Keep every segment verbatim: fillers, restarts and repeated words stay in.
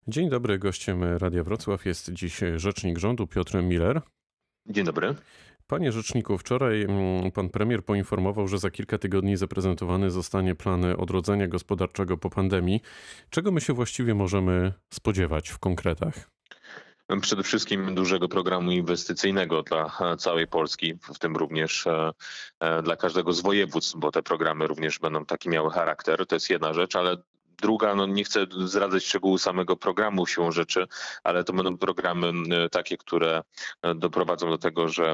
Dzień dobry, gościem Radia Wrocław jest dziś rzecznik rządu Piotr Miller. Dzień dobry. Panie rzeczniku, wczoraj mm, pan premier poinformował, że za kilka tygodni zaprezentowany zostanie plan odrodzenia gospodarczego po pandemii. Czego my się właściwie możemy spodziewać w konkretach? Przede wszystkim dużego programu inwestycyjnego dla całej Polski, w tym również e, e, dla każdego z województw, bo te programy również będą taki miały charakter. To jest jedna rzecz, ale druga, no nie chcę zdradzać szczegółów samego programu siłą rzeczy, ale to będą programy e, takie, które e, doprowadzą do tego, że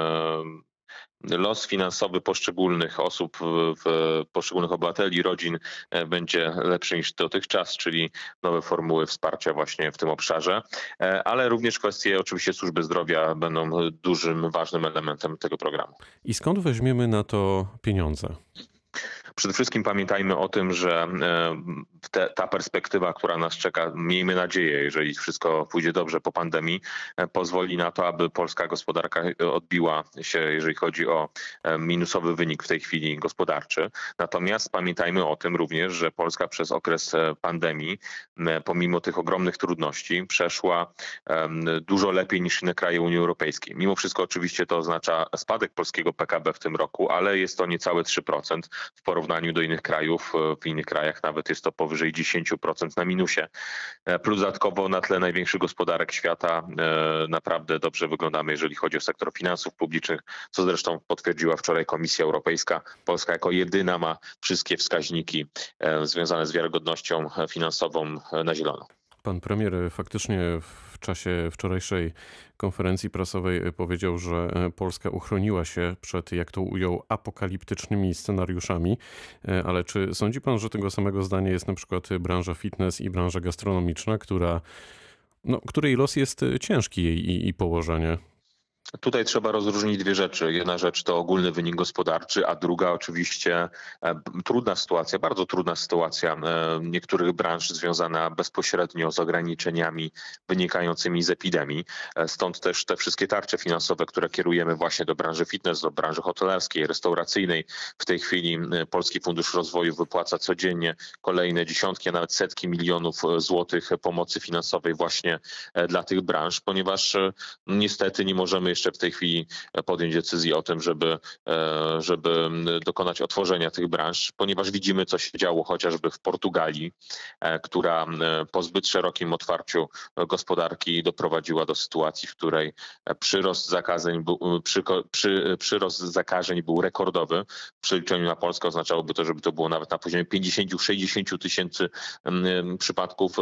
e, los finansowy poszczególnych osób, w, w poszczególnych obywateli, rodzin e, będzie lepszy niż dotychczas, czyli nowe formuły wsparcia właśnie w tym obszarze, E, ale również kwestie oczywiście służby zdrowia będą dużym, ważnym elementem tego programu. I skąd weźmiemy na to pieniądze? Przede wszystkim pamiętajmy o tym, że e, te, ta perspektywa, która nas czeka, miejmy nadzieję, jeżeli wszystko pójdzie dobrze po pandemii, e, pozwoli na to, aby polska gospodarka odbiła się, jeżeli chodzi o e, minusowy wynik w tej chwili gospodarczy. Natomiast pamiętajmy o tym również, że Polska przez okres e, pandemii, e, pomimo tych ogromnych trudności, przeszła e, dużo lepiej niż inne kraje Unii Europejskiej. Mimo wszystko oczywiście to oznacza spadek polskiego P K B w tym roku, ale jest to niecałe trzy procent w porównaniu do innych krajów. W innych krajach nawet jest to powyżej dziesięć procent na minusie. Plus dodatkowo na tle największych gospodarek świata e, naprawdę dobrze wyglądamy, jeżeli chodzi o sektor finansów publicznych, co zresztą potwierdziła wczoraj Komisja Europejska. Polska jako jedyna ma wszystkie wskaźniki e, związane z wiarygodnością finansową e, na zielono. Pan premier faktycznie w czasie wczorajszej konferencji prasowej powiedział, że Polska uchroniła się przed, jak to ujął, apokaliptycznymi scenariuszami. Ale czy sądzi pan, że tego samego zdania jest na przykład branża fitness i branża gastronomiczna, która, no, której los jest ciężki jej i, i położenie? Tutaj trzeba rozróżnić dwie rzeczy. Jedna rzecz to ogólny wynik gospodarczy, a druga oczywiście e, trudna sytuacja, bardzo trudna sytuacja e, niektórych branż związana bezpośrednio z ograniczeniami wynikającymi z epidemii. E, stąd też te wszystkie tarcze finansowe, które kierujemy właśnie do branży fitness, do branży hotelarskiej, restauracyjnej. W tej chwili e, Polski Fundusz Rozwoju wypłaca codziennie kolejne dziesiątki, a nawet setki milionów złotych pomocy finansowej właśnie e, dla tych branż, ponieważ e, niestety nie możemy jeszcze w tej chwili podjąć decyzji o tym, żeby, e, żeby dokonać otworzenia tych branż, ponieważ widzimy, co się działo chociażby w Portugalii, e, która e, po zbyt szerokim otwarciu gospodarki doprowadziła do sytuacji, w której przyrost zakażeń był, przy, przy, przyrost zakażeń był rekordowy. W przeliczeniu na Polskę oznaczałoby to, żeby to było nawet na poziomie pięćdziesiąt do sześćdziesięciu tysięcy przypadków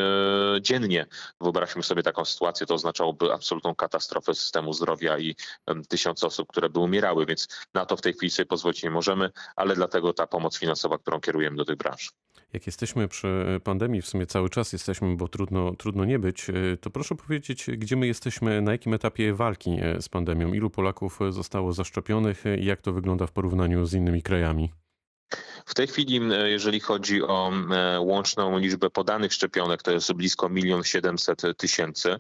e, dziennie. Wyobraźmy sobie taką sytuację, to oznaczałoby absolutną katastrofę systemu zdrowia i tysiące osób, które by umierały, więc na to w tej chwili sobie pozwolić nie możemy, ale dlatego ta pomoc finansowa, którą kierujemy do tych branż. Jak jesteśmy przy pandemii, w sumie cały czas jesteśmy, bo trudno, trudno nie być, to proszę powiedzieć, gdzie my jesteśmy, na jakim etapie walki z pandemią? Ilu Polaków zostało zaszczepionych i jak to wygląda w porównaniu z innymi krajami? W tej chwili, jeżeli chodzi o łączną liczbę podanych szczepionek, to jest blisko milion siedemset tysięcy.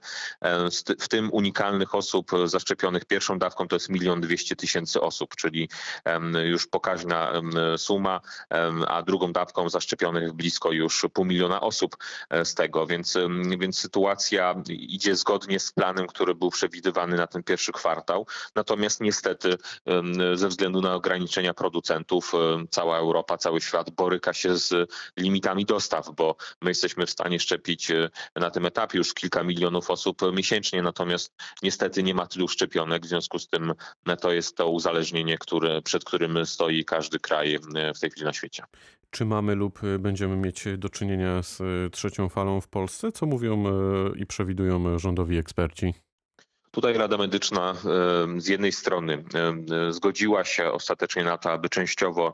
W tym unikalnych osób zaszczepionych pierwszą dawką to jest milion dwieście tysięcy osób, czyli już pokaźna suma, a drugą dawką zaszczepionych blisko już pół miliona osób z tego, więc, więc sytuacja idzie zgodnie z planem, który był przewidywany na ten pierwszy kwartał. Natomiast niestety ze względu na ograniczenia producentów cała Europa, cały świat boryka się z limitami dostaw, bo my jesteśmy w stanie szczepić na tym etapie już kilka milionów osób miesięcznie, natomiast niestety nie ma tylu szczepionek, w związku z tym to jest to uzależnienie, które, przed którym stoi każdy kraj w tej chwili na świecie. Czy mamy lub będziemy mieć do czynienia z trzecią falą w Polsce? Co mówią i przewidują rządowi eksperci? Tutaj Rada Medyczna z jednej strony zgodziła się ostatecznie na to, aby częściowo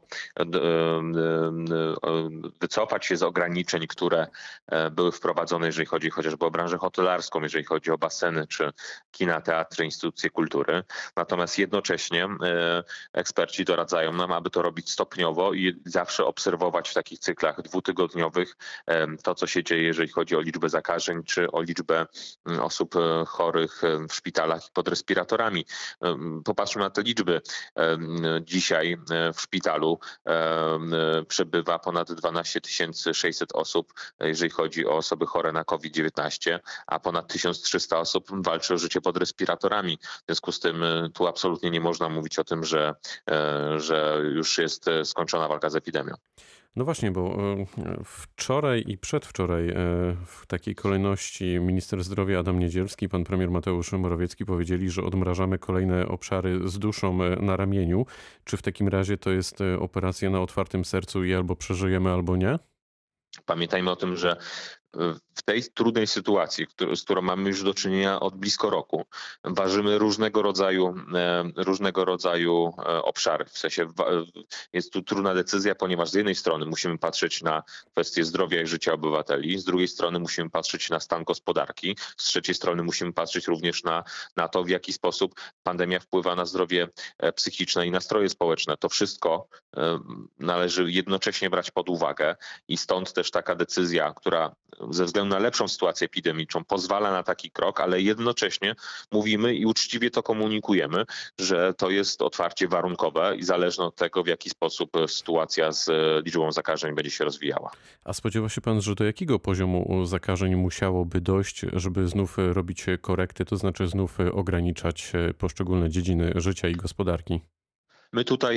wycofać się z ograniczeń, które były wprowadzone, jeżeli chodzi chociażby o branżę hotelarską, jeżeli chodzi o baseny czy kina, teatry, instytucje kultury. Natomiast jednocześnie eksperci doradzają nam, aby to robić stopniowo i zawsze obserwować w takich cyklach dwutygodniowych to, co się dzieje, jeżeli chodzi o liczbę zakażeń czy o liczbę osób chorych w szpitalach szpitalach i pod respiratorami. Popatrzmy na te liczby. Dzisiaj w szpitalu przebywa ponad dwanaście tysięcy sześćset osób, jeżeli chodzi o osoby chore na COVID dziewiętnaście, a ponad tysiąc trzysta osób walczy o życie pod respiratorami. W związku z tym tu absolutnie nie można mówić o tym, że, że już jest skończona walka z epidemią. No właśnie, bo wczoraj i przedwczoraj w takiej kolejności minister zdrowia Adam Niedzielski, pan premier Mateusz Morawiecki powiedzieli, że odmrażamy kolejne obszary z duszą na ramieniu. Czy w takim razie to jest operacja na otwartym sercu i albo przeżyjemy, albo nie? Pamiętajmy o tym, że w tej trudnej sytuacji, z którą mamy już do czynienia od blisko roku, ważymy różnego rodzaju, różnego rodzaju obszary. W sensie jest tu trudna decyzja, ponieważ z jednej strony musimy patrzeć na kwestie zdrowia i życia obywateli, z drugiej strony musimy patrzeć na stan gospodarki, z trzeciej strony musimy patrzeć również na, na to, w jaki sposób pandemia wpływa na zdrowie psychiczne i nastroje społeczne. To wszystko należy jednocześnie brać pod uwagę i stąd też taka decyzja, która ze względu na lepszą sytuację epidemiczną pozwala na taki krok, ale jednocześnie mówimy i uczciwie to komunikujemy, że to jest otwarcie warunkowe i zależne od tego, w jaki sposób sytuacja z liczbą zakażeń będzie się rozwijała. A spodziewa się pan, że do jakiego poziomu zakażeń musiałoby dojść, żeby znów robić korekty, to znaczy znów ograniczać poszczególne dziedziny życia i gospodarki? My tutaj,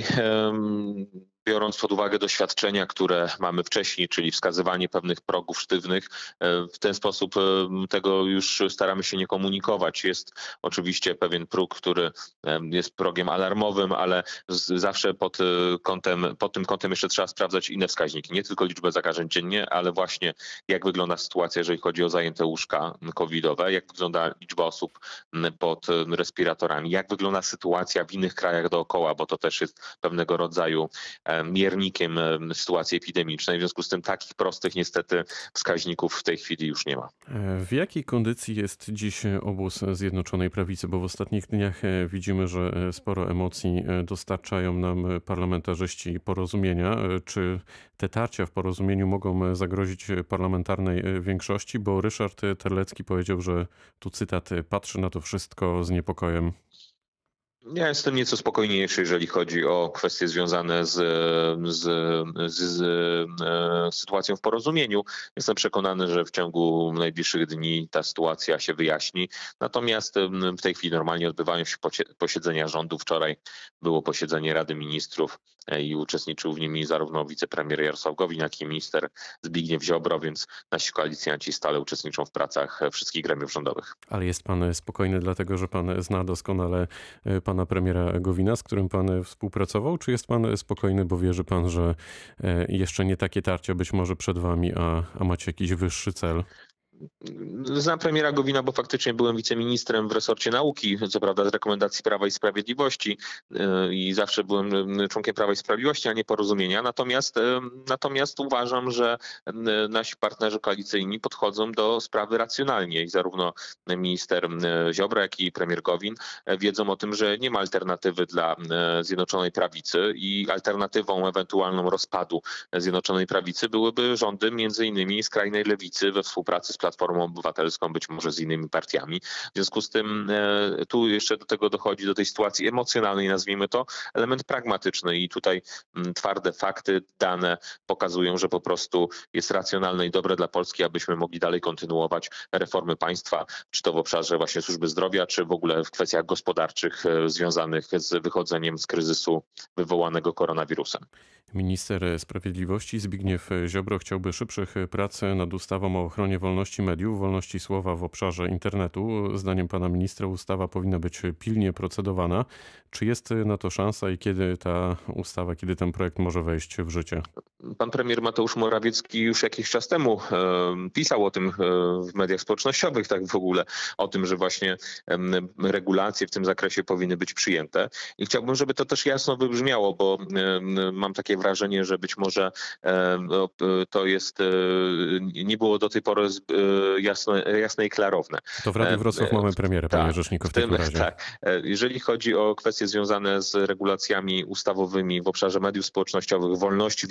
biorąc pod uwagę doświadczenia, które mamy wcześniej, czyli wskazywanie pewnych progów sztywnych, w ten sposób tego już staramy się nie komunikować. Jest oczywiście pewien próg, który jest progiem alarmowym, ale zawsze pod kątem, pod tym kątem jeszcze trzeba sprawdzać inne wskaźniki. Nie tylko liczbę zakażeń dziennie, ale właśnie jak wygląda sytuacja, jeżeli chodzi o zajęte łóżka covidowe, jak wygląda liczba osób pod respiratorami, jak wygląda sytuacja w innych krajach dookoła, bo to też jest pewnego rodzaju miernikiem sytuacji epidemicznej. W związku z tym takich prostych niestety wskaźników w tej chwili już nie ma. W jakiej kondycji jest dziś obóz Zjednoczonej Prawicy? Bo w ostatnich dniach widzimy, że sporo emocji dostarczają nam parlamentarzyści porozumienia. Czy te tarcia w porozumieniu mogą zagrozić parlamentarnej większości? Bo Ryszard Terlecki powiedział, że tu cytat, patrzy na to wszystko z niepokojem. Ja jestem nieco spokojniejszy, jeżeli chodzi o kwestie związane z, z, z, z sytuacją w porozumieniu. Jestem przekonany, że w ciągu najbliższych dni ta sytuacja się wyjaśni. Natomiast w tej chwili normalnie odbywają się posiedzenia rządu. Wczoraj było posiedzenie Rady Ministrów i uczestniczył w nim zarówno wicepremier Jarosław Gowin, jak i minister Zbigniew Ziobro, więc nasi koalicjanci stale uczestniczą w pracach wszystkich gremiów rządowych. Ale jest pan spokojny dlatego, że pan zna doskonale pana premiera Gowina, z którym pan współpracował, czy jest pan spokojny, bo wierzy pan, że jeszcze nie takie tarcia być może przed wami, a, a macie jakiś wyższy cel? Znam premiera Gowina, bo faktycznie byłem wiceministrem w resorcie nauki, co prawda z rekomendacji Prawa i Sprawiedliwości i zawsze byłem członkiem Prawa i Sprawiedliwości, a nie Porozumienia. Natomiast, natomiast uważam, że nasi partnerzy koalicyjni podchodzą do sprawy racjonalnie i zarówno minister Ziobro, jak i premier Gowin wiedzą o tym, że nie ma alternatywy dla Zjednoczonej Prawicy i alternatywą ewentualną rozpadu Zjednoczonej Prawicy byłyby rządy między innymi skrajnej lewicy we współpracy z Platformą Obywatelską, być może z innymi partiami. W związku z tym e, tu jeszcze do tego dochodzi, do tej sytuacji emocjonalnej, nazwijmy to, element pragmatyczny i tutaj m, twarde fakty, dane pokazują, że po prostu jest racjonalne i dobre dla Polski, abyśmy mogli dalej kontynuować reformy państwa, czy to w obszarze właśnie służby zdrowia, czy w ogóle w kwestiach gospodarczych e, związanych z wychodzeniem z kryzysu wywołanego koronawirusem. Minister Sprawiedliwości Zbigniew Ziobro chciałby szybszych prac nad ustawą o ochronie wolności mediów, wolności słowa w obszarze internetu. Zdaniem pana ministra ustawa powinna być pilnie procedowana. Czy jest na to szansa i kiedy ta ustawa, kiedy ten projekt może wejść w życie? Pan premier Mateusz Morawiecki już jakiś czas temu e, pisał o tym e, w mediach społecznościowych, tak w ogóle, o tym, że właśnie e, regulacje w tym zakresie powinny być przyjęte. I chciałbym, żeby to też jasno wybrzmiało, bo e, mam takie wrażenie, że być może e, to jest, e, nie było do tej pory e, jasne, jasne i klarowne. To w Radiu Wrocław mamy premierę, panie tak, rzeczniku, w tym, takim razie. Tak. Jeżeli chodzi o kwestie związane z regulacjami ustawowymi w obszarze mediów społecznościowych, wolności w internecie,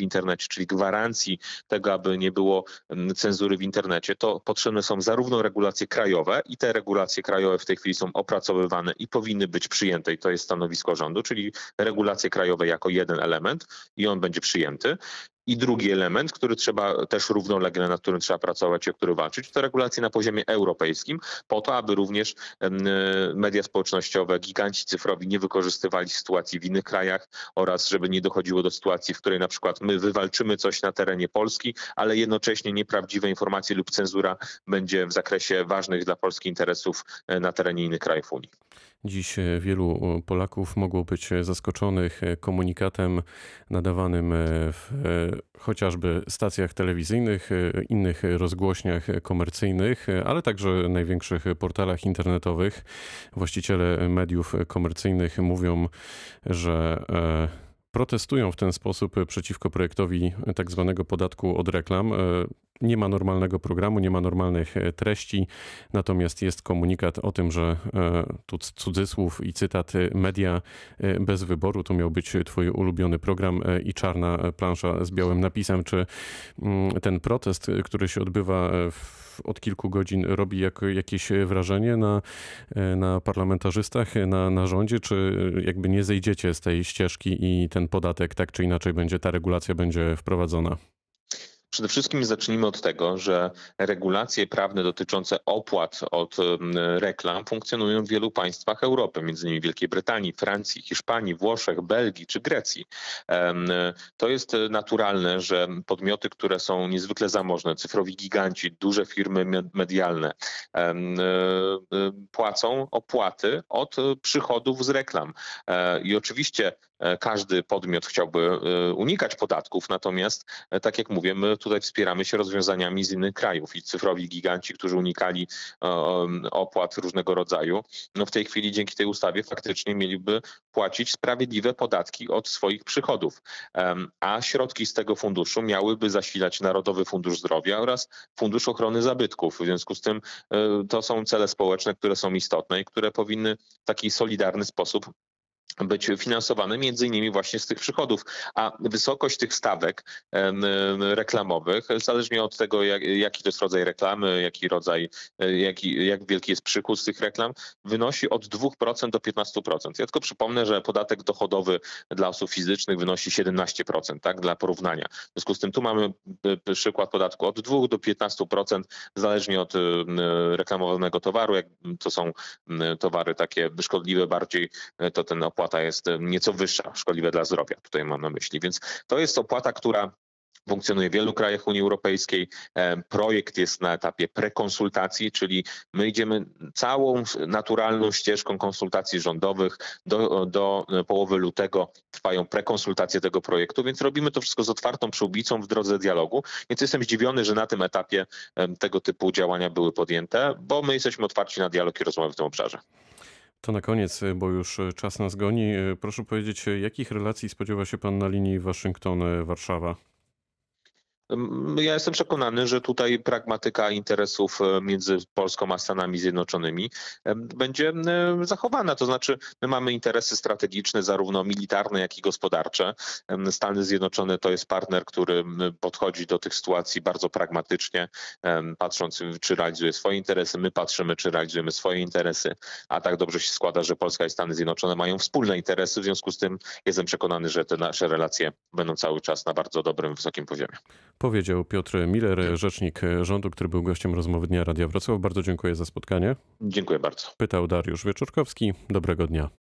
zapewnić, czyli gwarancji tego, aby nie było cenzury w internecie, to potrzebne są zarówno regulacje krajowe i te regulacje krajowe w tej chwili są opracowywane i powinny być przyjęte i to jest stanowisko rządu, czyli regulacje krajowe jako jeden element i on będzie przyjęty. I drugi element, który trzeba też równolegle, nad którym trzeba pracować i o który walczyć, to regulacje na poziomie europejskim, po to, aby również media społecznościowe, giganci cyfrowi nie wykorzystywali sytuacji w innych krajach oraz żeby nie dochodziło do sytuacji, w której na przykład my wywalczymy coś na terenie Polski, ale jednocześnie nieprawdziwe informacje lub cenzura będzie w zakresie ważnych dla Polski interesów na terenie innych krajów Unii. Dziś wielu Polaków mogło być zaskoczonych komunikatem nadawanym w chociażby stacjach telewizyjnych, innych rozgłośniach komercyjnych, ale także największych portalach internetowych. Właściciele mediów komercyjnych mówią, że protestują w ten sposób przeciwko projektowi tak zwanego podatku od reklam. Nie ma normalnego programu, nie ma normalnych treści, natomiast jest komunikat o tym, że tu cudzysłów i cytat media bez wyboru, to miał być twój ulubiony program i czarna plansza z białym napisem. Czy ten protest, który się odbywa w od kilku godzin robi jak, jakieś wrażenie na, na parlamentarzystach, na, na rządzie, czy jakby nie zejdziecie z tej ścieżki i ten podatek tak czy inaczej będzie, ta regulacja będzie wprowadzona? Przede wszystkim zacznijmy od tego, że regulacje prawne dotyczące opłat od reklam funkcjonują w wielu państwach Europy, między innymi Wielkiej Brytanii, Francji, Hiszpanii, Włoszech, Belgii czy Grecji. To jest naturalne, że podmioty, które są niezwykle zamożne, cyfrowi giganci, duże firmy medialne płacą opłaty od przychodów z reklam. I oczywiście każdy podmiot chciałby unikać podatków, natomiast tak jak mówię, my tutaj wspieramy się rozwiązaniami z innych krajów i cyfrowi giganci, którzy unikali opłat różnego rodzaju, no w tej chwili dzięki tej ustawie faktycznie mieliby płacić sprawiedliwe podatki od swoich przychodów, a środki z tego funduszu miałyby zasilać Narodowy Fundusz Zdrowia oraz Fundusz Ochrony Zabytków. W związku z tym to są cele społeczne, które są istotne i które powinny w taki solidarny sposób być finansowane między innymi właśnie z tych przychodów, a wysokość tych stawek reklamowych, zależnie od tego, jak, jaki to jest rodzaj reklamy, jaki rodzaj, jaki, jak wielki jest przychód z tych reklam, wynosi od dwóch procent do piętnastu procent. Ja tylko przypomnę, że podatek dochodowy dla osób fizycznych wynosi siedemnaście procent, tak, dla porównania. W związku z tym tu mamy przykład podatku od dwóch do piętnastu procent, zależnie od reklamowanego towaru. Jak to są towary takie szkodliwe bardziej, to ten opłat opłata jest nieco wyższa, szkodliwa dla zdrowia, tutaj mam na myśli. Więc to jest opłata, która funkcjonuje w wielu krajach Unii Europejskiej. Projekt jest na etapie prekonsultacji, czyli my idziemy całą naturalną ścieżką konsultacji rządowych. Do, do połowy lutego trwają prekonsultacje tego projektu, więc robimy to wszystko z otwartą przyłbicą w drodze dialogu. Więc jestem zdziwiony, że na tym etapie tego typu działania były podjęte, bo my jesteśmy otwarci na dialog i rozmowę w tym obszarze. To na koniec, bo już czas nas goni. Proszę powiedzieć, jakich relacji spodziewa się pan na linii Waszyngton-Warszawa? Ja jestem przekonany, że tutaj pragmatyka interesów między Polską a Stanami Zjednoczonymi będzie zachowana. To znaczy my mamy interesy strategiczne, zarówno militarne, jak i gospodarcze. Stany Zjednoczone to jest partner, który podchodzi do tych sytuacji bardzo pragmatycznie, patrząc, czy realizuje swoje interesy. My patrzymy, czy realizujemy swoje interesy. A tak dobrze się składa, że Polska i Stany Zjednoczone mają wspólne interesy. W związku z tym jestem przekonany, że te nasze relacje będą cały czas na bardzo dobrym, wysokim poziomie. Powiedział Piotr Miller, rzecznik rządu, który był gościem rozmowy Dnia Radia Wrocław. Bardzo dziękuję za spotkanie. Dziękuję bardzo. Pytał Dariusz Wieczorkowski. Dobrego dnia.